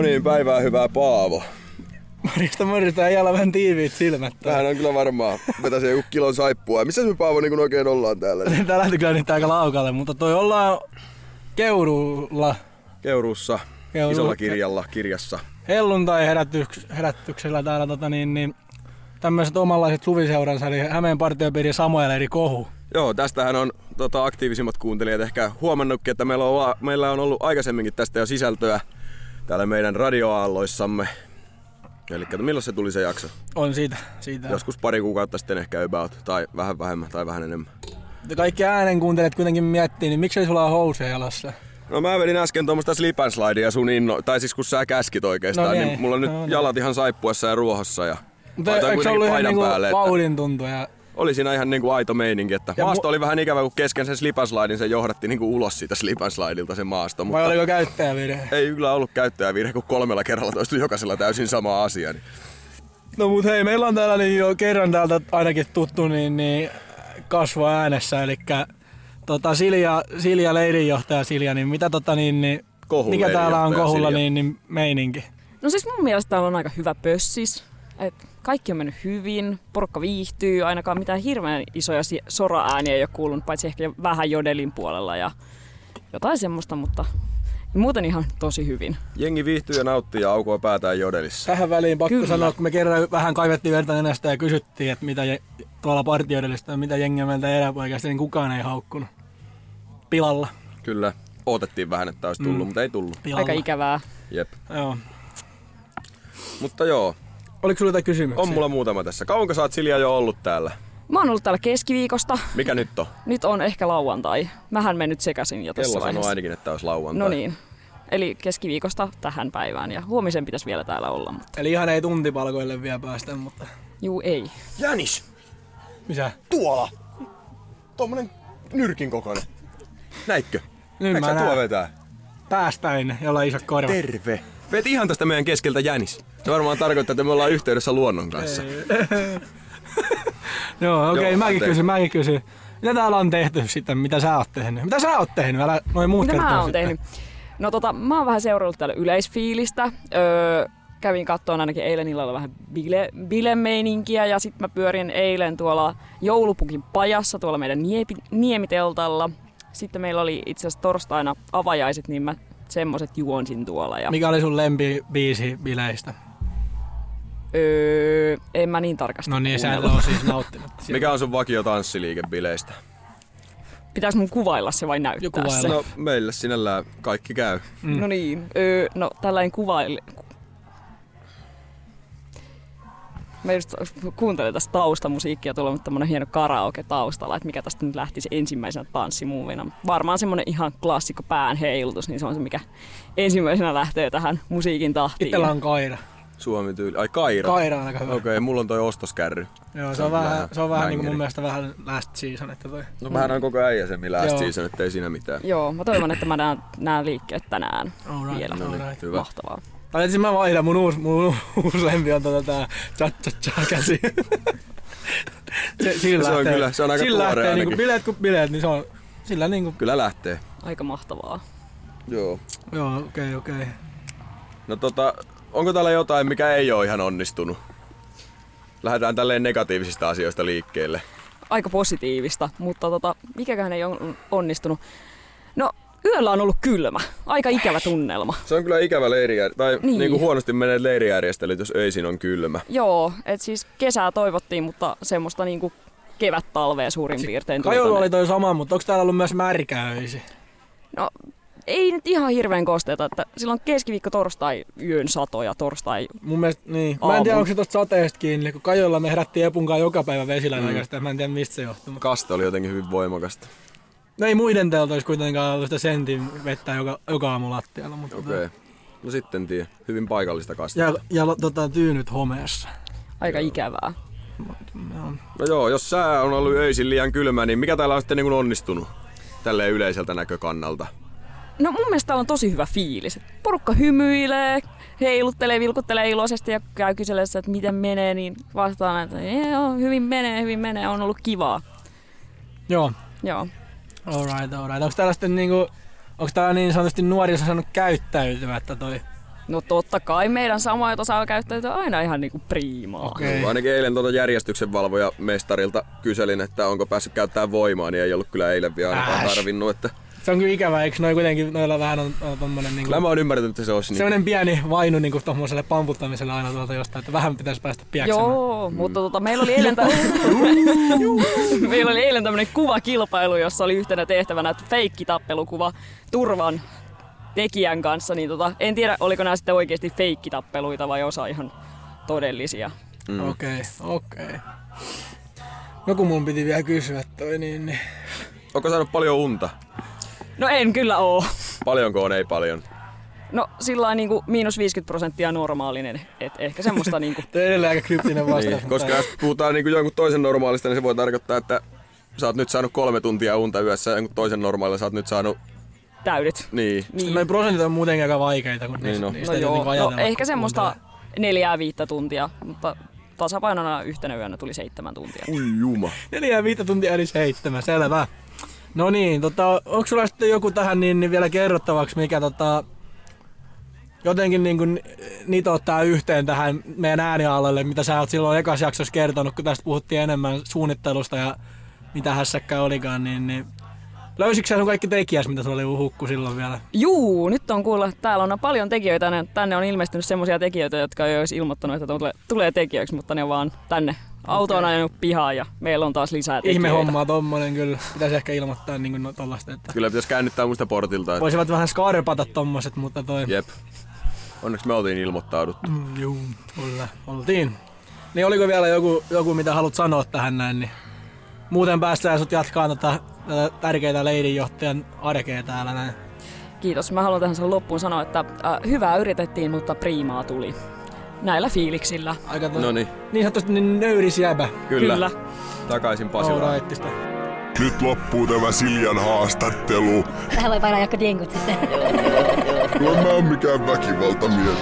No niin, päivää hyvää Paavo. Morjesta, ei olla vähän tiiviit silmät. Vähän on kyllä varmaan. Vetäisi joku kilon saippua. Missä me Paavo niin oikein ollaan täällä? Tää lähti kyllä nyt aika laukalle, mutta toi ollaan Keuruulla. Keuruussa. Isolla kirjassa. Helluntai-herätyksellä täällä tämmöiset omanlaiset suviseuransa, eli Hämeen partiopiiri Samuel eri Kohu. Joo, tästähän on aktiivisimmat kuuntelijat ehkä huomannutkin, että meillä on ollut aikaisemminkin tästä jo sisältöä täällä meidän radioaalloissamme. Eli milloin se tuli se jakso? On siitä. Joskus pari kuukautta sitten ehkä about, tai vähän vähemmän tai vähän enemmän. Kaikki äänen kuuntelijat kuitenkin miettii, niin miksei sulla ole housuja jalassa? No mä vedin äsken tuommoista slip and slidea sun tai siis kun sä käskit oikeastaan, niin mulla on nyt jalat ihan saippuessa ja ruohossa ja mutta eikö se ollut ihan niinku vauhdin tuntu? Oli siinä ihan niinku aito meininki, että maasto oli vähän ikävä, kun kesken sen slip and slidin se johdatti niinku ulos siitä slip and slideilta se maasto. Vai oliko käyttäjävirhe? Ei kyllä ollut käyttäjävirhe, kun 3 kerralla toistui jokaisella täysin sama asia. Niin. No mut hei, meillä on täällä niin jo kerran täältä ainakin tuttu niin kasvo äänessä, elikkä Silja leirinjohtaja Silja, niin mitä mikä täällä on Kohulla niin meininki? No siis mun mielestä täällä on aika hyvä pössis. Et kaikki on mennyt hyvin, porukka viihtyy, ainakaan mitään hirveän isoja sora-ääniä ei ole kuulunut, paitsi ehkä vähän jodelin puolella ja jotain semmoista, mutta muuten ihan tosi hyvin. Jengi viihtyy ja nauttii ja aukoo päätään jodelissa. Tähän väliin pakko sanoa, kun me kerran vähän kaivettiin verta nenästä ja kysyttiin, että mitä tuolla partiodelista, mitä jengiä meiltä eräpoikasta, niin kukaan ei haukkunut. Pilalla. Kyllä, odotettiin vähän, että olisi tullut, mutta ei tullut. Pilalla. Aika ikävää. Jep. Joo. Mutta joo. Oliko sulla jotain kysymyksiä? On mulla muutama tässä. Kauanko sä oot Silja jo ollut täällä? Mä oon ollut täällä keskiviikosta. Mikä nyt on? Nyt on ehkä lauantai. Mähän mennyt sekaisin jo tässä vaiheessa. Kello sanoo ainakin, että olisi lauantai. No niin. Eli keskiviikosta tähän päivään ja huomisen pitäisi vielä täällä olla. Mutta... Eli ihan ei tuntipalkoille vielä päästä, mutta... Juu, ei. Jänis! Missä? Tuolla! Tuommoinen nyrkin kokoinen. Näitkö? Nyt mä tuo vetää? Päästäin, jolla on isot korvat. Terve! Vet ihan tästä meidän keskeltä jänis. Se varmaan tarkoittaa, että me ollaan yhteydessä luonnon kanssa. Joo, okei, mäkin kysyn. Mitä täällä on tehty sitten? Mitä sä oot tehnyt? Mitä sä oot tehnyt? Älä noin muut kertoo sitten. Mä oon tehnyt? No mä oon vähän seurannut täällä yleisfiilistä. Kävin kattoon ainakin eilen illalla vähän bilemeininkiä ja sitten mä pyörin eilen tuolla joulupukin pajassa tuolla meidän Niemiteltalla. Sitten meillä oli itse asiassa torstaina avajaiset, niin mä semmoset juonsin tuolla. Ja... Mikä oli sun lempibiisi bileistä? En mä niin tarkasti. No niin, sä et oo siis nauttinut. Mikä on sun vakio tanssiliike bileistä? Pitäis mun kuvailla se vai näyttää se? No meille sinällään kaikki käy. No niin, no tällainen Mä just kuuntelin tästä taustamusiikkia, tuolla on tämmönen hieno karaoke taustalla, että mikä tästä nyt lähtisi ensimmäisenä tanssimuuvina. Varmaan semmonen ihan klassikko pään heilutus, niin se on se mikä ensimmäisenä lähtee tähän musiikin tahtiin. Itellä on Kaira. Suomi tyyli. Ai Kaira? Kaira on aika hyvä. Okei, mulla on toi ostoskärry. Joo, se on vähän niinku mun mielestä vähän last season. Että toi. No mähän on koko äijä semmin last season, ettei siinä mitään. Joo, mä toivon, että mä näen liikkeet tänään vielä. No niin, hyvä. Mahtavaa. Tai siis mä vaihdan, mun uusi lempi on tää cha-cha-cha-käsi. Se on aika tuore ainakin. Niinku bileet kuin bileet, niin se on sillä niinku... Kyllä lähtee. Aika mahtavaa. Joo. Joo, okei. No onko täällä jotain, mikä ei oo ihan onnistunut? Lähdetään tälleen negatiivisista asioista liikkeelle. Aika positiivista, mutta mikäkään ei ole onnistunut. No, yöllä on ollut kylmä. Aika ikävä tunnelma. Se on kyllä ikävä niinku huonosti menee leirijärjestelyt, jos öisin on kylmä. Joo, et siis kesää toivottiin, mutta semmoista niinku kevät-talvea suurin piirtein. Kajolla oli toi sama, mutta onko täällä ollut myös märkää öisin? No, ei nyt ihan hirveän kosteita, että silloin keskiviikko torstai yön satoja, torstai mun mielestä niin. Mä en tiedä onko se tosta sateesta kiinni, kun Kajolla me herättiin Epunkaan joka päivä vesilän aikaista, mä en tiedä mistä se johtuu. Kaste oli jotenkin hyvin voimakasta. No ei muiden teiltä olisi kuitenkaan ollut sitä sentin vettä joka aamu lattialla. Okei. No sitten tiedä. Hyvin paikallista kastetta. Ja tyynyt homeessa. Aika ikävää. No joo, jos sää on ollut öisin liian kylmä, niin mikä täällä on sitten niin onnistunut tälleen yleiseltä näkökannalta? No mun mielestä täällä on tosi hyvä fiilis. Porukka hymyilee, heiluttelee, vilkuttelee iloisesti ja käy kyselessä, että miten menee, niin vastaan, että hyvin menee, on ollut kivaa. Joo. Alright. Onko täällä sitten niinku, onko täällä niin sanotusti nuoriso saanut käyttäytyä, että toi No totta kai meidän samoilta saa käyttäytyä aina ihan niinku priimaa. Okei. Ainakin eilen järjestyksenvalvoja mestarilta kyselin, että onko päässyt käyttämään voimaa, niin ei ollut kyllä eilen vielä ainakaan tarvinnut. Että... Se on kyllä ikävää, eikö noi kuitenkin noilla vähän on tommonen niinku... Kyllä mä oon ymmärtänyt, että se olisi sellainen pieni vainu niinku tommoselle pamputtamiselle aina tuolta jostain, että vähän pitäisi päästä piäksemään. Joo, mutta meillä oli eilen meillä oli eilen tämmönen kuvakilpailu, jossa oli yhtenä tehtävänä feikkitappelukuva Turvan tekijän kanssa, niin en tiedä oliko nämä sitten oikeasti feikkitappeluita vai osa ihan todellisia. Okei. Joku mun piti vielä kysyä toi niin. Onko saanut paljon unta? No en kyllä oo. Paljonko on, ei paljon? No sillain niinku -50% normaalinen, et ehkä semmoista niinku... Toi edelleen aika kryptinen vastaus. Niin, koska jos puhutaan niinku jonkun toisen normaalista, niin se voi tarkoittaa, että sä oot nyt saanut 3 tuntia unta yössä ja jonkun toisen normaalilla sä oot nyt saanut... Täydet. Niin. Noi prosentit on muutenkin aika vaikeita, kun niin niistä ehkä semmoista 4-5 tuntia, mutta tasapainona yhtenä yönä tuli 7 tuntia. Ui juma. 4-5 tuntia eli 7, selvä. No niin, onko sulla sitten joku tähän niin vielä kerrottavaksi, mikä jotenkin niin kuin nitouttaa yhteen tähän meidän äänialalle, mitä sä oot silloin ekas jaksossa kertonut, kun tästä puhuttiin enemmän suunnittelusta ja mitä hässäkkä olikaan, niin löysitkö sä sun kaikki tekijäs, mitä sulla oli hukku silloin vielä? Juu, nyt on kuulla, täällä on paljon tekijöitä. Tänne on ilmestynyt semmoisia tekijöitä, jotka ei olisi ilmoittanut, että tulee tekijöiksi, mutta ne vaan tänne auto on ajanut pihaan ja meillä on taas lisää tekijöitä. Ihme hommaa tommonen kyllä. Pitäisi ehkä ilmoittaa niin kuin tollaista. Että Kyllä pitäisi käännyttää muista portilta. Että... voisivat vähän skarpata tommoset, mutta toi... Jep. Onneksi me oltiin ilmoittauduttu. Juu, kyllä. Oltiin. Niin oliko vielä joku mitä haluat sanoa tähän näin, niin muuten päästään sut jatkaa tätä tärkeitä leidinjohtajan arkea täällä näin. Kiitos. Mä haluan tähän sen loppuun sanoa, että hyvää yritettiin, mutta priimaa tuli. Näillä fiiliksillä. Aika Noniin. Niin sanotusti niin nöyris jäbä. Kyllä. Takaisin Pasilaan. Alrightista. Nyt loppuu tämä Siljan haastattelu. Tähän voi painaa joku dienkut sitten. Kyllä mä oon mikään väkivaltamies.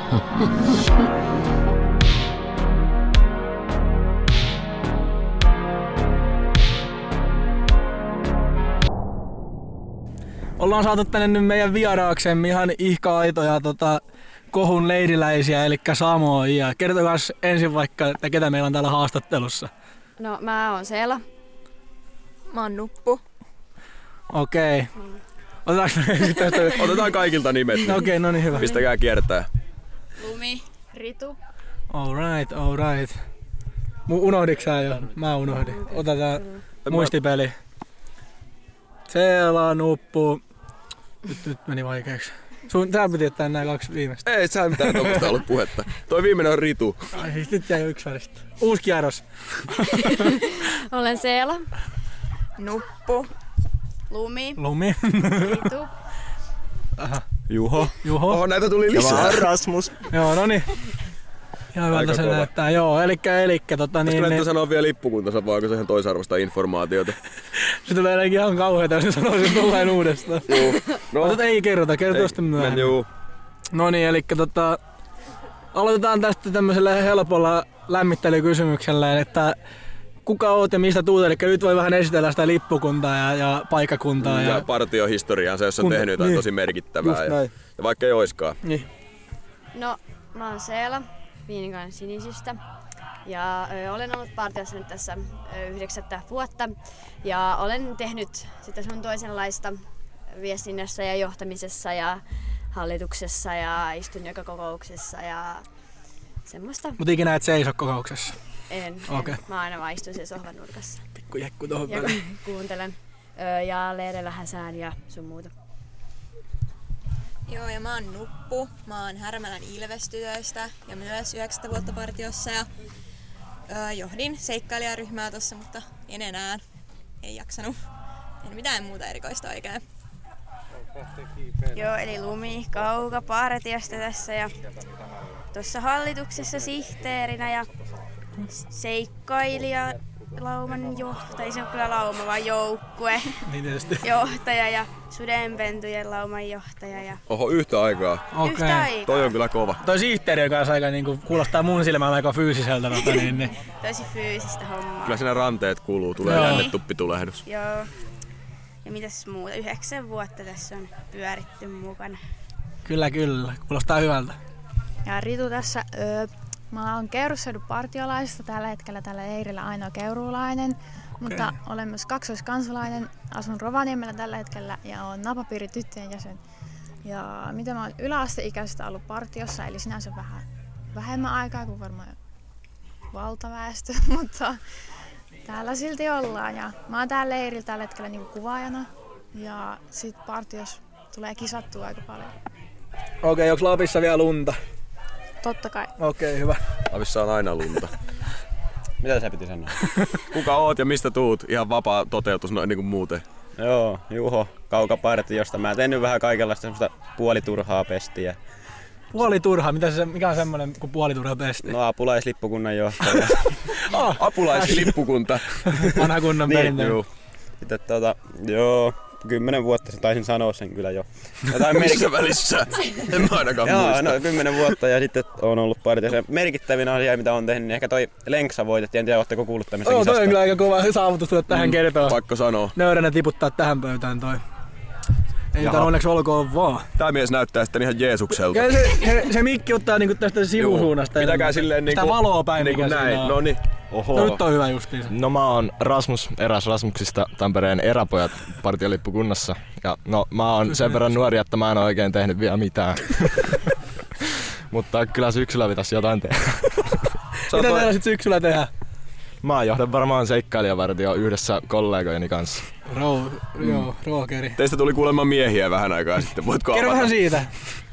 Ollaan saatu tänne nyt meidän vieraaksemme ihan ihka-aitoja kohun leidiläisiä, eli samoja. Kertokaa ensin vaikka, että ketä meillä on täällä haastattelussa. No, mä oon Seela. Mä oon Nuppu. Okei. Otetaan kaikilta nimet. Okei, no niin hyvä. Pistäkää kiertää. Lumi. Ritu. Alright. Unohditko sä jo? Mä unohdin. Otetaan muistipeli. Seela, Nuppu. Nyt meni vaikeaksi. Sä piti ottaa nämä 2 viimeistä. Ei sä mitään tommasta ollut puhetta. Toi viimeinen on Ritu. Ai siis nyt jäi 1 välistä. Uusi kierros. Olen Seela. Nuppu. Lumi. Ritu. Juho. Oho, näitä tuli lisää. Rasmus. Joo, no niin. Ihan hyvältä se näyttää. Joo, elikkä Pitäisikö näitä sanoa vielä lippukuntansa, vai onko se ihan toisarvoista informaatiota? Se tulee ainakin ihan kauheeta, jos ne sanoo sen tolleen uudestaan. Joo. No. Mutta ei kerrota sitten myöhemmin. Joo. No niin, elikkä aloitetaan tästä tämmöisellä helpolla lämmittelykysymyksellä, että kuka oot ja mistä tuut, eli nyt voi vähän esitellä sitä lippukuntaa ja paikkakuntaa. Ja partiohistoriaansa, jos on tehnyt jotain niin. tosi merkittävää. Ja vaikka ei oiskaan. Niin. No, mä oon Seela. Viininkaan sinisistä. Ja olen ollut partiossa nyt tässä 9 vuotta. Ja olen tehnyt sitä sun toisenlaista viestinnässä ja johtamisessa ja hallituksessa ja istun joka kokouksessa ja semmoista. Mut ikinä et seiso kokouksessa? En. Okay. Mä aina vaan istun siellä sohvan nurkassa. Pikku jekku tohon Ja väliin. kuuntelen. Ja leirellä häsään ja sun muuta. Joo, ja mä oon Nuppu. Mä oon Härmälän Ilvestytöistä ja myös 9 vuotta partiossa. Ja johdin seikkailijaryhmää tossa, mutta en enää. En jaksanut. En mitään muuta erikoista oikein. Joo, eli Lumi Kauka-partiosta tässä ja tuossa hallituksessa sihteerinä ja seikkailija lauman johtaja, se on kyllä lauma vaan joukkue. Niin tietysti. Johtaja ja sudenpentujen lauman johtaja. Ja Oho, yhtä aikaa. yhtä aikaa. Toi on kyllä kova. Toi sihteeri on kanssa aika niinku, kuulostaa mun silmään aika fyysiseltä. niin. Tosi fyysistä hommaa. Kyllä siinä ranteet kuluu, tulee Joo. jännetuppitulehdus. Joo. Ja mitäs muuta? 9 vuotta tässä on pyöritty mukana. Kyllä, kuulostaa hyvältä. Ja Ritu tässä, mä oon Keurusseudun partiolaisesta tällä hetkellä tällä leirillä ainoa keuruulainen, mutta olen myös kaksoiskansalainen, asun Rovaniemellä tällä hetkellä ja oon napapiiri tyttöjen jäsen. Ja mitä mä oon yläasteikäisestä ollut partiossa, eli sinänsä vähän vähemmän aikaa kuin varmaan valtaväestö, mutta täällä silti ollaan. Ja mä oon täällä leirillä tällä hetkellä niin kuvaajana ja sit partiossa tulee kisattua aika paljon. Okei, onko Lapissa vielä lunta? Totta kai. Okei, hyvä. Lapissa on aina lunta. Mitä sä piti sanoa? Kuka oot ja mistä tuut? Ihan vapaa toteutus noin niin kuin muuten. Joo, Juho Kaukapartiosta. Mä tein nyt vähän kaikenlaista semmoista puoliturhaa pestiä. Puoliturha? Mikä on semmonen kuin puoliturha pesti? No apulaislippukunnan johtaja. Apulaislippukunta. Vanha kunnon perinne. Niin, sitten joo, 10 vuotta taisin sanoa sen kyllä jo. Missä välissä? En mä ainakaan muista. Joo, no 10 vuotta ja sitten on ollut partiossa. Merkittävin asia, mitä on tehnyt, niin ehkä toi Lenksa voitettiin. En tiedä, ootteko kuullut tämmöistä kisasta? Toi on kyllä aika kova saavutus tulla tähän kertoon. Pakko sanoa. Nöyränä tiputtaa tähän pöytään toi. Ei mitään onneksi olkoon vaan. Tää mies näyttää sitten ihan Jeesukselta. Se mikki ottaa niinku tästä sivusuunnasta. Pitäkää silleen niinku... Sitä valoa päin, niinku mikä näin. No niin. Oho. No nyt on hyvä justiinsa. No mä oon Rasmus, eräs Rasmuksista Tampereen eräpojat partiolippukunnassa. Ja no mä oon sen verran nuori, että mä en oo oikein tehnyt vielä mitään. Mutta kyllä syksyllä pitäisi jotain tehdä. Mitä teillä sit syksyllä tehdä? Mä johdan varmaan seikkailijavartio yhdessä kollegojeni kanssa. Rookeri. Teistä tuli kuulemma miehiä vähän aikaa sitten. Voitko kerro vähän siitä.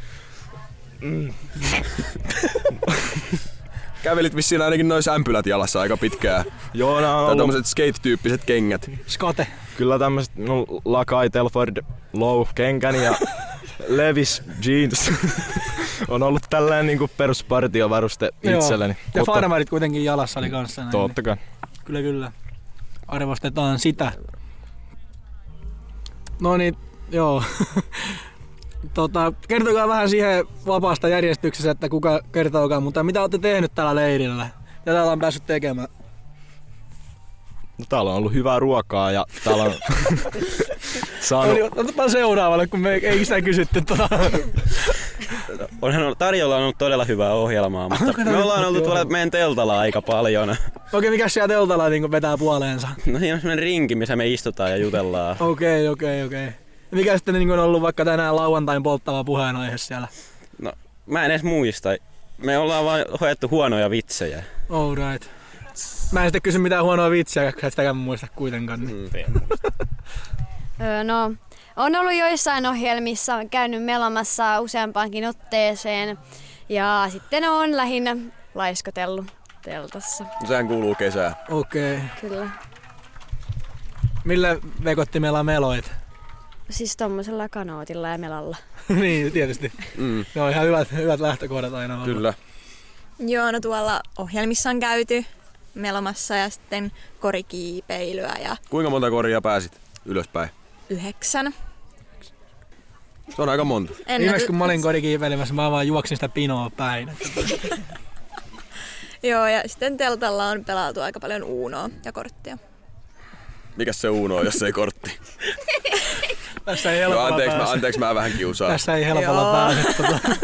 Kävelit vissiin ainakin nois ämpylät jalassa aika pitkään. Joo, nää on ollut... tommoset skate-tyyppiset kengät. Skate. Kyllä tämmöset Lakai Telford Low kenkäni ja Levis jeans. On ollut tällainen niinku peruspartiovaruste itselleni. Ja farmarit kuitenkin jalassa oli kanssa. Näin. Totta kai. Kyllä. Arvostetaan sitä. No niin, joo. Kertokaa vähän siihen vapaasta järjestyksessä, että kuka kertookaan, mutta mitä olette tehnyt tällä leirillä? Ja täällä on päässyt tekemään? No, täällä on ollut hyvää ruokaa ja täällä on saanut... Otapa seuraavalle, kun me ei sitä kysytty. Tarjolla on ollut todella hyvää ohjelmaa, mutta me ollaan oltu tuolla meidän teltalla aika paljon. Okei, mikä siellä teltalla niin vetää puoleensa? No siinä on semmonen rinki, missä me istutaan ja jutellaan. Okei. Mikä sitten niin on ollut vaikka tänään lauantain polttava puheenaihe siellä? No, mä en edes muista. Me ollaan vaan hoidettu huonoja vitsejä. All right. Mä en sitten kysy mitään huonoa vitsiä, koska et sitäkään muista kuitenkaan. No, on ollut joissain ohjelmissa, käynyt melamassa useampaankin otteeseen ja sitten on lähinnä laiskotellut teltassa. Sehän kuuluu kesään. Okei. Kyllä. Millä vekottimella meloit? Siis tommosella kanootilla ja melalla. Niin, tietysti. Ne on ihan hyvät lähtökohdat aina ollut. Kyllä. Joo, no tuolla ohjelmissa on käyty melomassa ja sitten korikiipeilyä ja... Kuinka monta koria pääsit ylöspäin? 9. Se on aika monta. Viimeksi kun mä olin korikiipeilemässä, mä vaan juoksin sitä pinoa päin. Joo, ja sitten teltalla on pelattu aika paljon Unoa ja korttia. Mikäs se Uno on, jos ei kortti? Tässä ei helpolla pääse. Anteeksi, mä vähän kiusaan. Tässä ei helpolla pääse.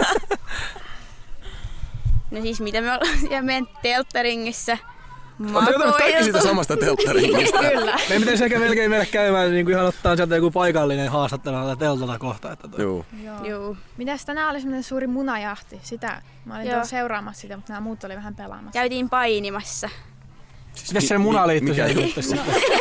No siis mitä me ollaan siellä meidän telttaringissä. Oletteko te kaikki siitä samasta telttaringista? Kyllä. Meidän pitäisi ehkä melkein mennä käymään niin ihan ottaa sieltä joku paikallinen haastattelu tällä teltalla kohta. Että Joo. Mitäs tänään oli semmoinen suuri munajahti? Mä olin tuolla seuraamassa sitä, mutta nämä muut oli vähän pelaamassa. Käytiin painimassa. Siis mitäs se muna liittyy siihen juttuun?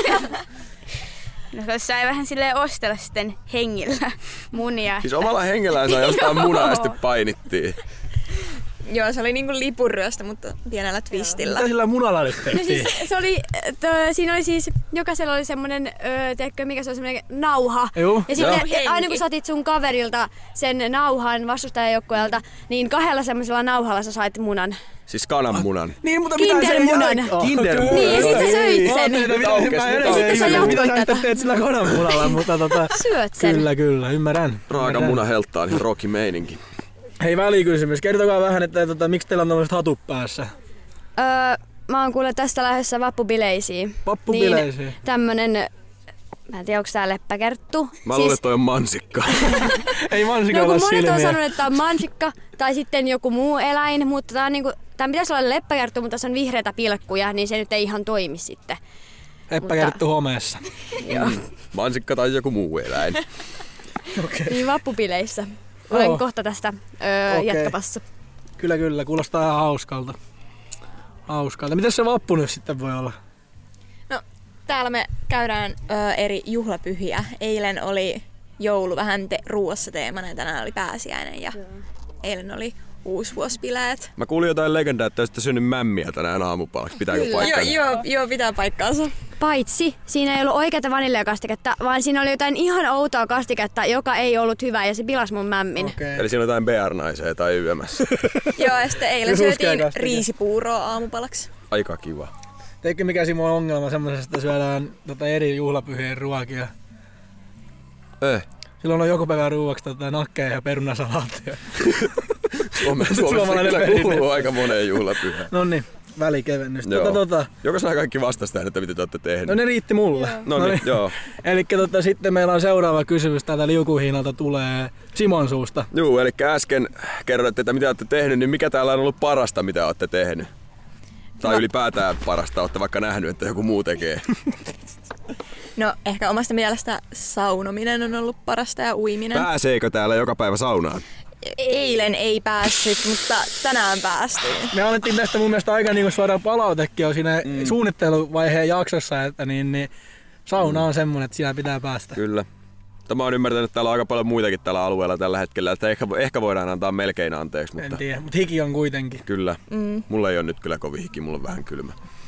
No sai vähän silleen ostella sitten hengillä munia. Siis omalla hengellään sai jostain munaa ja sitten painittiin. Joo, se oli niinku lipunryöstö, mutta pienellä twistillä. Mitä sillä munalla nyt tehtiin? No siis se oli, siinä oli siis, jokaisella oli semmonen, tiedätkö mikä se on semmonen nauha. Juu. Ja sitten aina kun saatit sun kaverilta sen nauhan vastustajajoukkueelta, niin 2 semmoisella nauhalla sä sait munan. Siis kananmunan. Niin, mutta Kindermunan. Kindermunan. Niin, ja sit sä söit sen. Sitten sä jatkoit mitä tätä. teet sillä kananmunalla, mutta Syöt sen. Kyllä, ymmärrän. Raaka muna helttaan, niin rocky meininki. Hei, välikysymys. Kertokaa vähän, että miksi teillä on tommoset hatut päässä? Mä oon kuullut tästä lähdössä vappubileisiin. Vappubileisiin? Niin, tämmönen Mä en tiedä, onko tää leppäkerttu. Mä luulen, että toi on mansikka. Ei mansikalla no, kun silmiä. monet on sanonut, että tää on mansikka tai sitten joku muu eläin, mutta tää on niinku, tää pitäisi olla leppäkerttu, mutta tässä on vihreitä pilkkuja, niin se nyt ei ihan toimi sitten. Leppäkerttu homeessa. Joo. Mansikka tai joku muu eläin. Okay. Niin vappupileissä. Olen kohta tästä jatkapassa. Kyllä, kuulostaa ihan hauskalta. Miten se vappu nyt sitten voi olla? No, täällä me käydään eri juhlapyhiä. Eilen oli joulu vähän ruuassa teemana ja tänään oli pääsiäinen ja eilen oli uusvuosibileet. Mä kuulin jotain legendaa, että olisitte syönyt mämmiä tänään aamupalaksi. Pitääkö paikkansa? Joo, pitää paikkaansa. Paitsi siinä ei ollut oikeata vaniljakastiketta, vaan siinä oli jotain ihan outoa kastiketta, joka ei ollut hyvä ja se pilasi mun mämmin. Okay. Eli siinä on jotain BR-naisea tai YMS. Joo, ja sitten eilen syötiin riisipuuroa aamupalaksi. Aika kiva. Teikö mikä siinä on ongelma semmoisesta, että syödään eri juhlapyhien ruokia? Silloin on joku päivän ruuaksi nakkeja ja perunasalaattia. Suomessa kuuluu aika moneen juhlapyhään. Noniin, välikevennys. Joko saa kaikki vastasta, että mitä te olette tehneet? No ne riitti mulle. Noniin, joo. Elikkä sitten meillä on seuraava kysymys täältä Liukuhiinalta tulee Simon suusta. Joo, eli äsken kerroitte, että mitä olette tehnyt, niin mikä täällä on ollut parasta, mitä olette tehnyt? Tai ylipäätään parasta, olette vaikka nähnyt, että joku muu tekee. No ehkä omasta mielestä saunominen on ollut parasta ja uiminen. Pääseekö täällä joka päivä saunaan? Eilen ei päässyt, mutta tänään päästiin. Me annettiin tästä mun mielestä aika niin suoraan palautekin jo siinä suunnitteluvaiheen jaksossa, että niin sauna on semmoinen, että siinä pitää päästä. Kyllä. Mä oon ymmärtänyt, että täällä on aika paljon muitakin tällä alueella tällä hetkellä, että ehkä voidaan antaa melkein anteeksi. Mutta... En tiedä, mutta hiki on kuitenkin. Kyllä. Mulla ei ole nyt kyllä kovin hiki, mulla on vähän kylmä.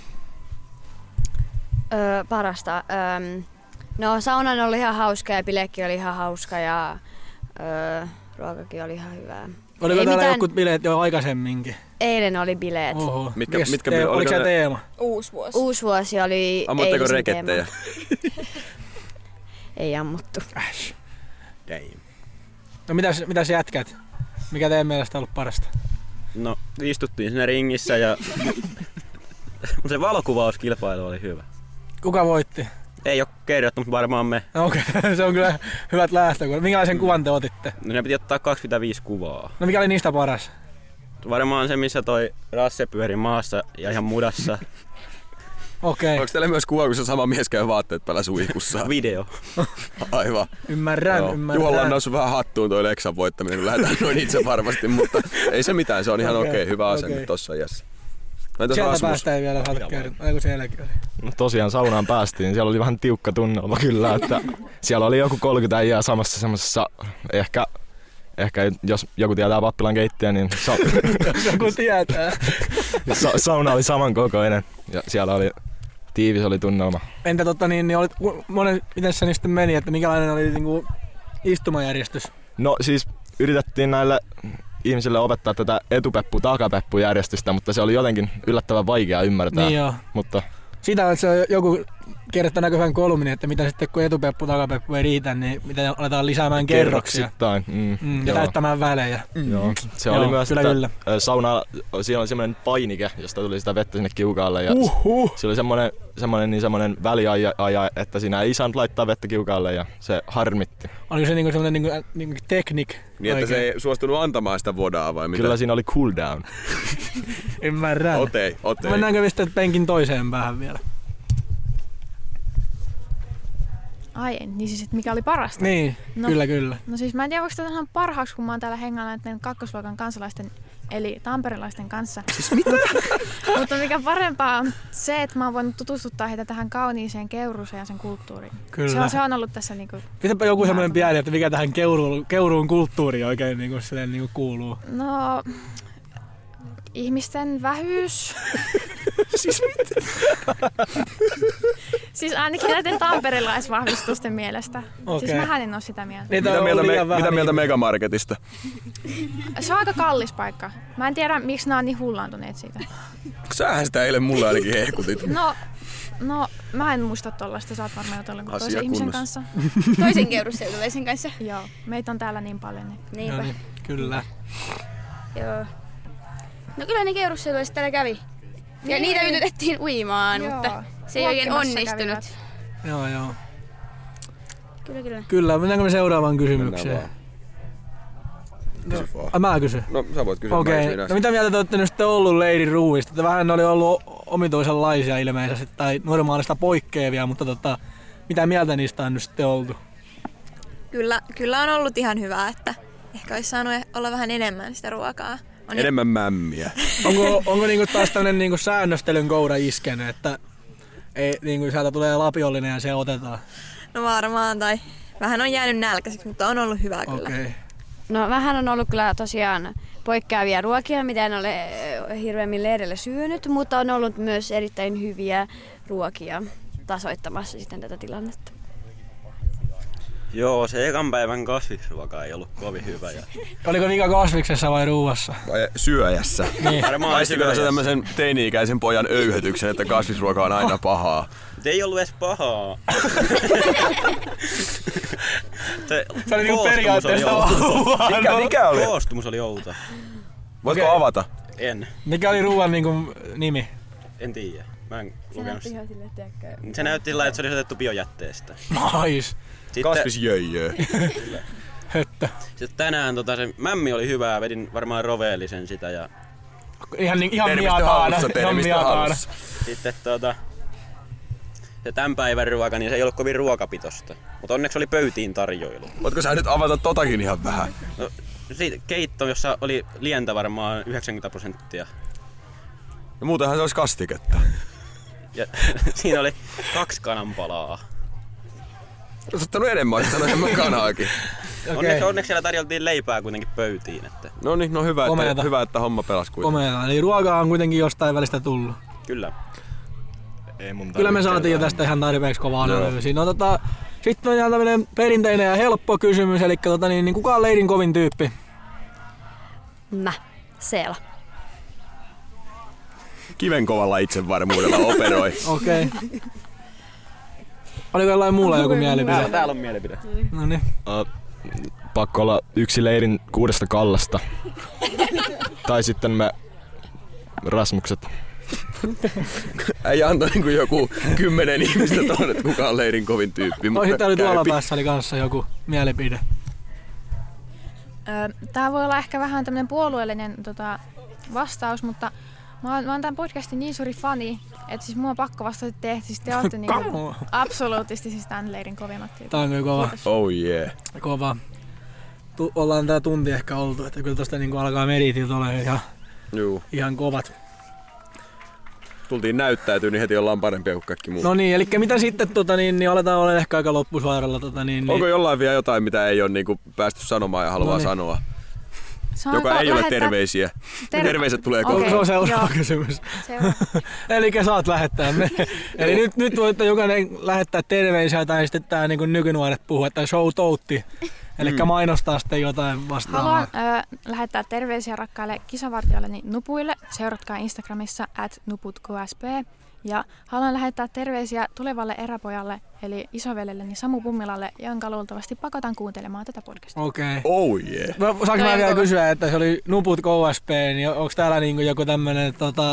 Parasta. No saunan oli ihan hauska ja bilekin oli ihan hauska ja ruokakin oli ihan hyvää. Oliko täällä jotkut bileet jo aikaisemminkin? Eilen oli bileet. Oho. Mitkä oliko se teema? Uusvuosi. Uusvuosi oli ammutteko rekettejä? Ei ammuttu. Damn. No mitäs jätkät? Mikä teidän mielestä on ollut parasta? No istuttiin siinä ringissä ja se valokuvauskilpailu oli hyvä. Kuka voitti? Ei oo kerrottu, mutta varmaan me. Okei, se on kyllä hyvät lähtökohdat. Minkälaisen kuvan te otitte? No ne piti ottaa 25 kuvaa. No mikä oli niistä paras? Varmaan se, missä toi Rasse pyöri maassa ja ihan mudassa. Okei. Onko teillä myös kuva, kun se sama mies käy vaatteet päällä suihkussa? Video. Aivan. Ymmärrän. Juholla on noussut vähän hattuun toi Leksan voittaminen, kun lähdetään noin itse varmasti, mutta ei se mitään, se on ihan okei, hyvä asenne tossa iässä. Sieltä päästä ei vielä saada kertoa, kun sielläkin oli. No tosiaan saunaan päästiin, siellä oli vähän tiukka tunnelma kyllä, että siellä oli joku 30 äijää samassa semmosessa, ehkä jos joku tietää Pappilan keittiö, niin joku tietää. Sauna oli samankokoinen ja siellä oli tiivis oli tunnelma. Entä miten se sitten meni, että minkälainen oli niinku istumajärjestys? No siis yritettiin näille ihmisille opettaa tätä etupeppu-takapeppu-järjestystä, mutta se oli jotenkin yllättävän vaikea ymmärtää. Niin joo. Mutta sitä on, se on joku kirjoittaa näköisen kolumnin, että mitä sitten kun etupeppu, takapeppu ei riitä, niin mitä aletaan lisäämään kerroksia. Ja täyttämään välejä. Joo. Se oli myös, että sauna, siellä oli semmoinen painike, josta tuli sitä vettä sinne kiukaalle. Ja se oli semmoinen väliaja, että siinä ei saanut laittaa vettä kiukaalle ja se harmitti. Oliko se semmoinen teknik? Niin, että se ei suostunut antamaan sitä vodaa vai mitä? Kyllä siinä oli cool down. Ymmärrän. Otei. Mennäänkö sitten penkin toiseen päähän vielä? Ai, niin siis mikä oli parasta? Niin, kyllä. No siis mä en tiedä, voiko tätä sanoa parhaaksi, kun mä oon täällä hengalla näiden kakkosluokan kansalaisten, eli tamperilaisten kanssa. Siis mitä? Mutta mikä parempaa on se, että mä oon voinut tutustuttaa heitä tähän kauniiseen Keuruuseen ja sen kulttuuriin. Kyllä. Se on ollut tässä niinku... Pitäpä joku semmoinen pieni, että mikä tähän Keuruun kulttuuriin oikein niinku kuuluu. No... Ihmisten vähyys. Siis mitä? Siis ainakin näiden tamperilaisvahvistusten mielestä. Okay. Siis mähän en oo sitä mieltä. Mitä mieltä Megamarketista? Se on aika kallis paikka. Mä en tiedä, miksi nää on niin hullaantuneet siitä. Sähän sitä eilen mulle ainakin hehkutit. No, mä en muista tollaista. Sä oot varmaan jotain toisen ihmisen kanssa. Toisen keurusseutulaisen kanssa. Joo, meitä on täällä niin paljon. Niinpä. Niin, kyllä. Joo. No kyllä ne keurusseudulaiset täällä kävi. Ja niitä yritettiin uimaan, mutta se ei oikein onnistunut. Joo. Kyllä. Kyllä, mennäänkö me seuraavaan kysymykseen? Mä kysyn. No sä voit kysyä. Okei. No mitä mieltä te olette nyt sitten ollut leirin ruuista? Että vähän ne oli ollut omituisenlaisia ilmeisesti tai normaalista poikkeavia, mutta mitä mieltä niistä on nyt sitten oltu? Kyllä on ollut ihan hyvää, että ehkä olisi saanut olla vähän enemmän sitä ruokaa. Enemmän mämmiä. Onko niinku taas tämmönen niinku säännöstelyn koura iskenyt, että ei, niinku sieltä tulee lapiollinen ja se otetaan? No varmaan, tai vähän on jäänyt nälkäiseksi, mutta on ollut hyvää kyllä. Okay. No vähän on ollut kyllä tosiaan poikkeavia ruokia, mitä en ole hirveämmin leirillä syönyt, mutta on ollut myös erittäin hyviä ruokia tasoittamassa sitten tätä tilannetta. Joo, se ekan päivän kasvisruoka ei ollut kovin hyvä. Oliko vika kasviksessa vai ruuassa? Vai syöjässä. Niin. Maistiko se tämmöisen teini-ikäisen pojan öyhötyksen, että kasvisruoka on aina pahaa? Ei ollut edes pahaa. Se oli niinku periaatteessa Mikä oli? Koostumus oli outo. Voitko avata? En. Mikä oli ruoan niinku nimi? En tiedä. Mä en lukenut sitä. Se näytti sillä, että se oli otettu biojätteestä. Nice. Kasvisjöijö. Höttö. Sitten tänään se mämmi oli hyvää, vedin varmaan roveellisen sitä ja... Ihan miataana. Sitten se tämän päivän ruoka, niin se ei ollut kovin ruokapitosta. Mutta onneksi oli pöytiin tarjoilu. Voitko sä nyt avata totakin ihan vähän? No, siitä keitto, jossa oli lientä varmaan 90%. No muutenhan se olisi kastiketta. Ja siinä oli 2 kananpalaa. Olet ottanut enemmän, että sanoin enemmän kanaakin. Okay. Onneksi siellä tarjoltiin leipää kuitenkin pöytiin. Että... No niin, hyvä, että homma pelasi kuitenkin. Komeata, eli ruokaa on kuitenkin jostain välistä tullut. Kyllä. Kyllä me saatiin jo tästä ihan tarpeeksi kovaa analyysiä. No sitten on ihan tämmönen perinteinen ja helppo kysymys, eli niin kuka on leirin kovin tyyppi? Mä, Seela. Kivenkovalla itsevarmuudella operoi. Okei. Oliko jollain muulla joku mielipide? Täällä on mielipide. Noniin. Pakko olla yksi leirin 6 kallasta. Tai sitten me Rasmukset. Ei anta niinku joku 10 ihmistä tuonne, että kuka on leirin kovin tyyppi. No sitten oli tuolla päässä oli kanssa joku mielipide. Tää voi olla ehkä vähän tämmönen puolueellinen vastaus, mutta mä oon tämän podcastin niin suuri fani, että siis mua on pakko vastata, että siis te ootte niinku absoluuttisesti siis tämän leirin kovimmat tyypit. Tää on kyllä kova. Oh yeah. Kova. Ollaan tää tunti ehkä oltu, että kyllä tosta niinku alkaa meritit olemaan ihan kovat. Tultiin näyttäytyy, niin heti ollaan parempia kuin kaikki muut. No niin, eli mitä sitten niin aletaan olemaan ehkä aika loppusuoralla. Onko jollain vielä jotain, mitä ei ole niinku päästy sanomaan ja haluaa sanoa? Joka ei ole terveisiä. Terveiset tulee kohta. Se on seuraava kysymys. Eli saat lähettää. Eli nyt voitte jokainen lähettää terveisiä tai sitten tää niin nykynuoret puhuu, että show toutti. Eli mainostaa sitten jotain vastaavaa. Haluan lähettää terveisiä rakkaille kisavartijoilleni nupuille. Seuratkaa Instagramissa @nuputksp. Ja haluan lähettää terveisiä tulevalle eräpojalle, eli isoveljelleni Samu Pummilalle, jonka luultavasti pakotan kuuntelemaan tätä podcastia. Okei. Oh yeah. Saanko mä vielä kysyä, että se oli Nuput KSP, niin onko täällä niinku joku tämmönen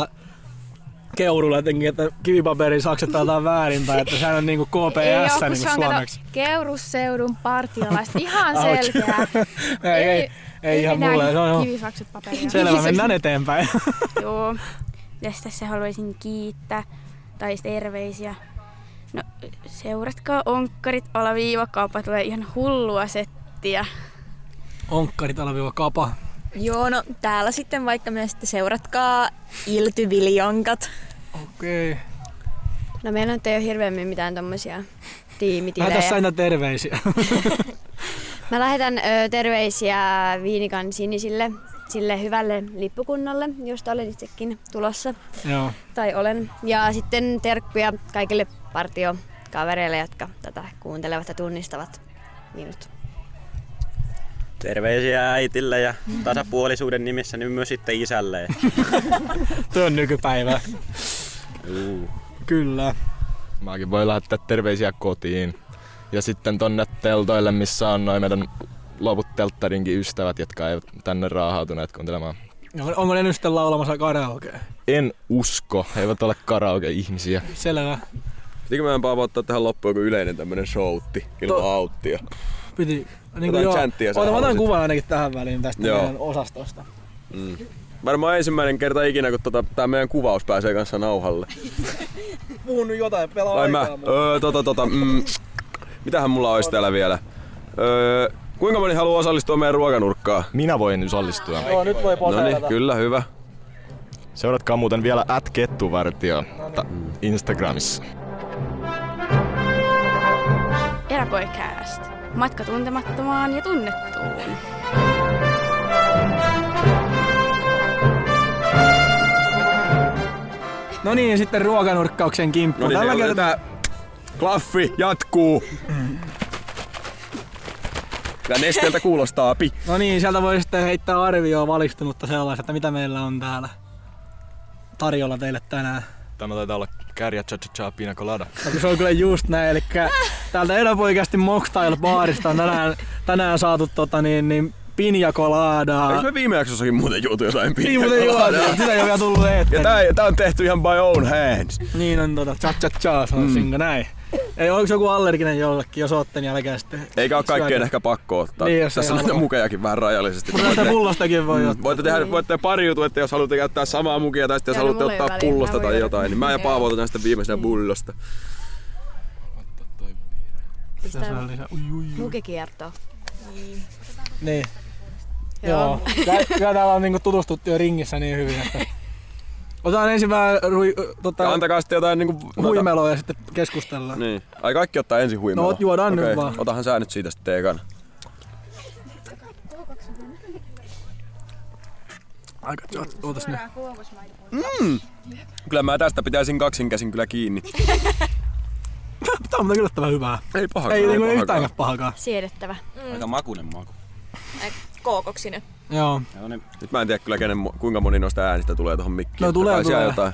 keurulla jotenkin, että kivipaperin saksetaan väärin tai että sehän on niinku KPS niinku suomeksi? Keurusseudun partiolaiset, ihan selkeä. Ei ihan mulle. Kivisakset paperia. Selvä, mennään eteenpäin. Joo. Ja tässä haluaisin kiittää tai terveisiä. No, seuratkaa Onkkarit _kapa, tulee ihan hullua settiä. Onkkarit _kapa. Joo, no täällä sitten vaikka myös sitten seuratkaa Iltyviljonkat. Okei. No meillä nyt ei ole hirveämmin mitään tommosia tiimitilejä. Lähetä aina terveisiä. Mä lähetän terveisiä Viinikan sinisille, sille hyvälle lippukunnalle, josta olen itsekin tulossa. Joo. Tai olen. Ja sitten terkkuja kaikille partiokavereille, jotka tätä kuuntelevat ja tunnistavat minut. Terveisiä äitille ja tasapuolisuuden nimissä niin myös sitten isälle. Tuo on nykypäivä. Kyllä. Mäkin voi lähettää terveisiä kotiin. Ja sitten tonne teltoille, missä on noin meidän loput telttarinkin ystävät, jotka eivät tänne raahautuneet kuuntelemaan. Onko ne nyt sitten laulamassa karaokea? En usko, he eivät ole karaoke-ihmisiä. Selvä. Pitikö meidän Paavo ottaa tähän loppuun joku yleinen tämmönen showtti ilman auttia? Piti. Jotain chanttia sä mä otan halusit. kuvan ainakin tähän väliin tästä meidän osastosta. Varmaan ensimmäinen kerta ikinä, kun tää meidän kuvaus pääsee kanssa nauhalle. Puhun nyt jotain, pelaa Ai aikaa. Mitähän mulla olisi täällä vielä? Kuinka moni haluaa osallistua meidän ruokanurkkaan? Minä voin osallistua. Joo, nyt voi poseerata. Noniin, kyllä, hyvä. Seuratkaa muuten vielä @kettuvartio Instagramissa. Eräpoikääst. Matka tuntemattomaan ja tunnettuun. No niin, sitten ruokanurkkauksen kimppuun. No niin, tää klaffi jatkuu. Ja Nesteeltä kuulostaa pi. No niin, sieltä voi sitten heittää arvioa valistunutta sellaista, että mitä meillä on täällä tarjolla teille tänään. Tämä taitaa olla kärjä cha-cha-cha pina colada. No, se on kyllä just näin, eli täältä Eräpoikasti Mocktail-baarista on tänään saatu piña coladaa. Eikö me viime jaksossakin muuten juotu jotain Niin muuten juotu, sitä ei ole vielä tullut eteen. Ja tää on tehty ihan by own hands. Niin on cha-cha-cha, sanoisinko näin. Ei, onko joku allerginen jollekin, jos ootte niin älkää sitten... Eikä oo kaikkeen ehkä pakko ottaa. Niin, tässä on näitä mukejakin vähän rajallisesti. Mutta näitä pullostakin voi ottaa. Voitte pariutua, että jos haluatte käyttää samaa mukia tai sitten jos haluatte ottaa pullosta tai jotain, niin mä ja Paavo otetaan sitten viimeisenä pullosta. Pistää mukikiertoon. Niin. Joo. Kyllä täällä on niinku tutustuttu jo ringissä niin hyvin, että... Otetaan ensin vähän antakaa sitten jotain niinku... huimeloa ja sitten keskustellaan. Niin. Ai kaikki ottaa ensin huimeloa? No juodaan nyt vaan. Otahan sä nyt siitä sitten ekana. Aika ootas nyt. Kyllä mä tästä pitäisin kaksin käsin kyllä kiinni. Tää on yllättävän hyvää. Ei pahakaan. Ei niinku yhtään pahakaan. Siedettävä. Aika makuinen maku. Kookoksinen. Joo. Nyt mä en tiedä kyllä kuinka moni noista äänistä tulee tohon mikkiin. No tulee. Jotain.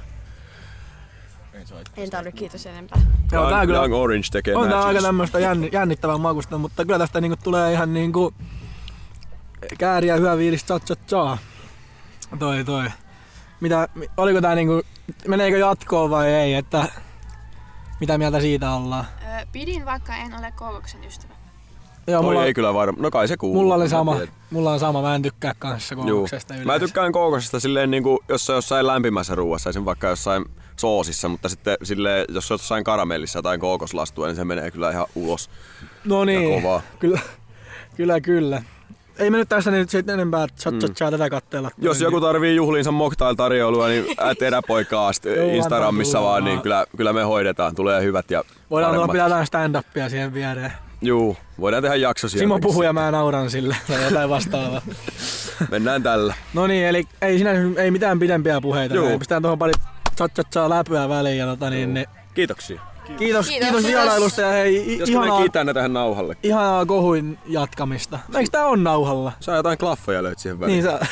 En tarvi kiitos enempää. Joo, tää kyllä Young Orange tekee on tää aika tämmöstä jännittävän makusta, mutta kyllä tästä niinku tulee ihan niinku kääriä hyvä fiilis cha-cha-cha. Toi. Oliko tää niinku, meneekö jatkoon vai ei, että mitä mieltä siitä ollaan? Pidin, vaikka en ole kookoksen ystävä. Joo, mulla ei kyllä varma. No kai se kuuluu. Mulla on sama, mä en tykkää kanssa kookoksesta yleensä. Mä tykkään kookosesta silleen niinku jossain lämpimässä ruuassa, esim. Vaikka jossain soosissa, mutta sitten silleen, jos on jossain karamellissa tai kookoslastua, niin se menee kyllä ihan ulos. No niin, ja kovaa. Kyllä. Ei me nyt tässä nyt sit enempää cha-cha-cha tätä katteella. Jos joku tarvii juhliinsa mocktail-tarjoilua, niin Eräpoikaa Instagramissa vaan, niin kyllä me hoidetaan. Tulee hyvät ja voidaan paremmat. pitää jotain stand-upia siihen viereen. Juu, voidaan tehdä jakso siellä. Simo puhuu ja mä nauran sille tai jotain vastaavaa. Mennään tällä. No niin, eli ei mitään pidempiä puheita. Pistetään tuohon pari cha-cha-cha läpyä väliin ja Kiitoksia. Kiitos vierailusta ja hei, kiitän tähän nauhalle. Ihanaa kohuin jatkamista. Eikö tää on nauhalla? Sä jotain klaffeja löyt siihen väliin. Niin sä...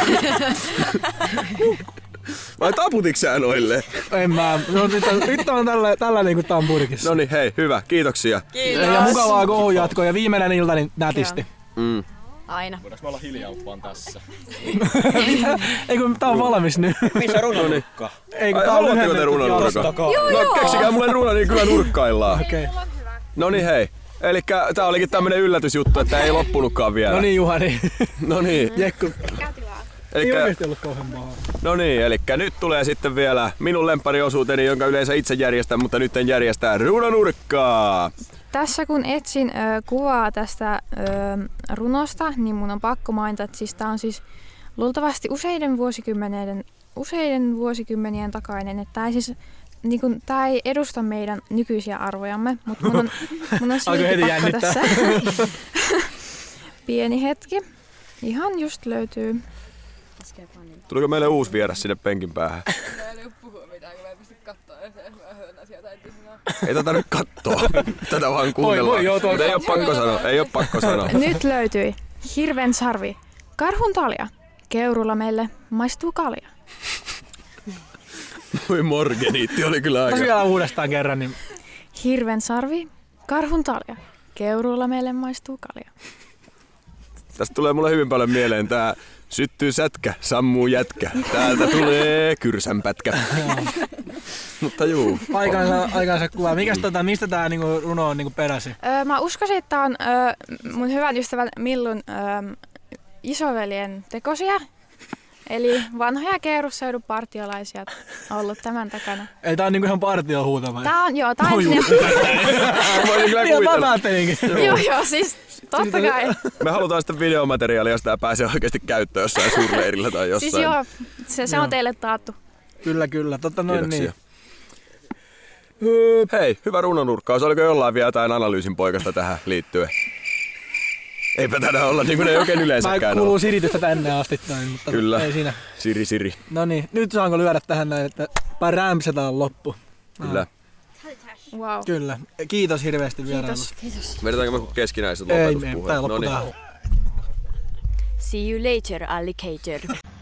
Vai taputiks sä noille? En mä. No, nyt on tällä niinku tää on purkissa. Noniin, hei, hyvä. Kiitoksia. Kiitos. Ja mukavaa kohun jatkoa ja viimeinen ilta niin nätisti. Aina. Voidaanko me olla hiljaa vaan tässä? Ei kun tää on valmis nyt. Missä runonurkka? Ei kun tää on haluatteko te runonurkka? No keksikää mulle runo, niin kyllä nurkkaillaan. Okei. Noniin, hei. Elikkä tää olikin tämmönen yllätysjuttu, että ei loppunutkaan vielä. No niin Juhani. No niin. Jekku. Ei oikeesti ollut kauhean pahaa. No niin, elikkä nyt tulee sitten vielä minun lemppariosuuteni, jonka yleensä itse järjestän, mutta nyt en järjestää runonurkkaa. Tässä kun etsin kuvaa tästä runosta, niin mun on pakko mainita, että siis tää on siis luultavasti useiden vuosikymmenien takainen. Että tää ei siis tää ei edusta meidän nykyisiä arvojamme, mutta mun on silti pakko tässä. Pieni hetki. Ihan just löytyy. Tuliko meille uusi vieras sinne penkin päähän? Ei puhua mitään, kun mä en pysty kattoo, jos mä höön asioita eteen sanoa. Ei tätä nyt kattoo. Tätä vaan kuunnellaan. Mutta ei oo pakko sanoa. Nyt löytyi hirven sarvi, karhun talja, keurulamelle maistuu kalja. Voi morgeniitti oli kyllä aika. Vielä uudestaan kerran. Niin... Hirven sarvi, karhun talja, keurulamelle maistuu kalja. Tästä tulee mulle hyvin paljon mieleen tää syttyy sätkä, sammuu jätkä. Täältä tulee kyrsänpätkä. Mutta juu. Aikansa kuva. Mistä tää niinku runo on niinku peräisin? Mä uskoisin, että tää on mun hyvän ystävän Millun isoveljen tekosia. Eli vanhoja Keurusseudun partiolaisia on ollut tämän takana. Ei tää on niinku ihan partiohuutama. Tää on entinen. Voisin kyllä kuvitella. Joo, siis totta kai. Me halutaan sitten videomateriaalia, jos tää pääsee oikeasti käyttöön jossain suurleirillä tai jossain. Siis se on teille taattu. Kyllä. Niin. Hei, hyvä runonurkkaus. Oliko jollain vielä jotain analyysin poikasta tähän liittyen? Eipä tänä olla niin kuin ne oikein yleensäkään ole. Kuuluu siritystä tänne asti noin, mutta kyllä. Ei siinä. Siri. No niin, nyt saanko lyödä tähän näin, että rämpsätään loppu. Kyllä. Wow. Kyllä. Kiitos hirveästi vierailusta. Kiitos. Vedetäänkö me keskinäiset lopetuspuheet? Ei, tää loppu tähän. See you later, alligator.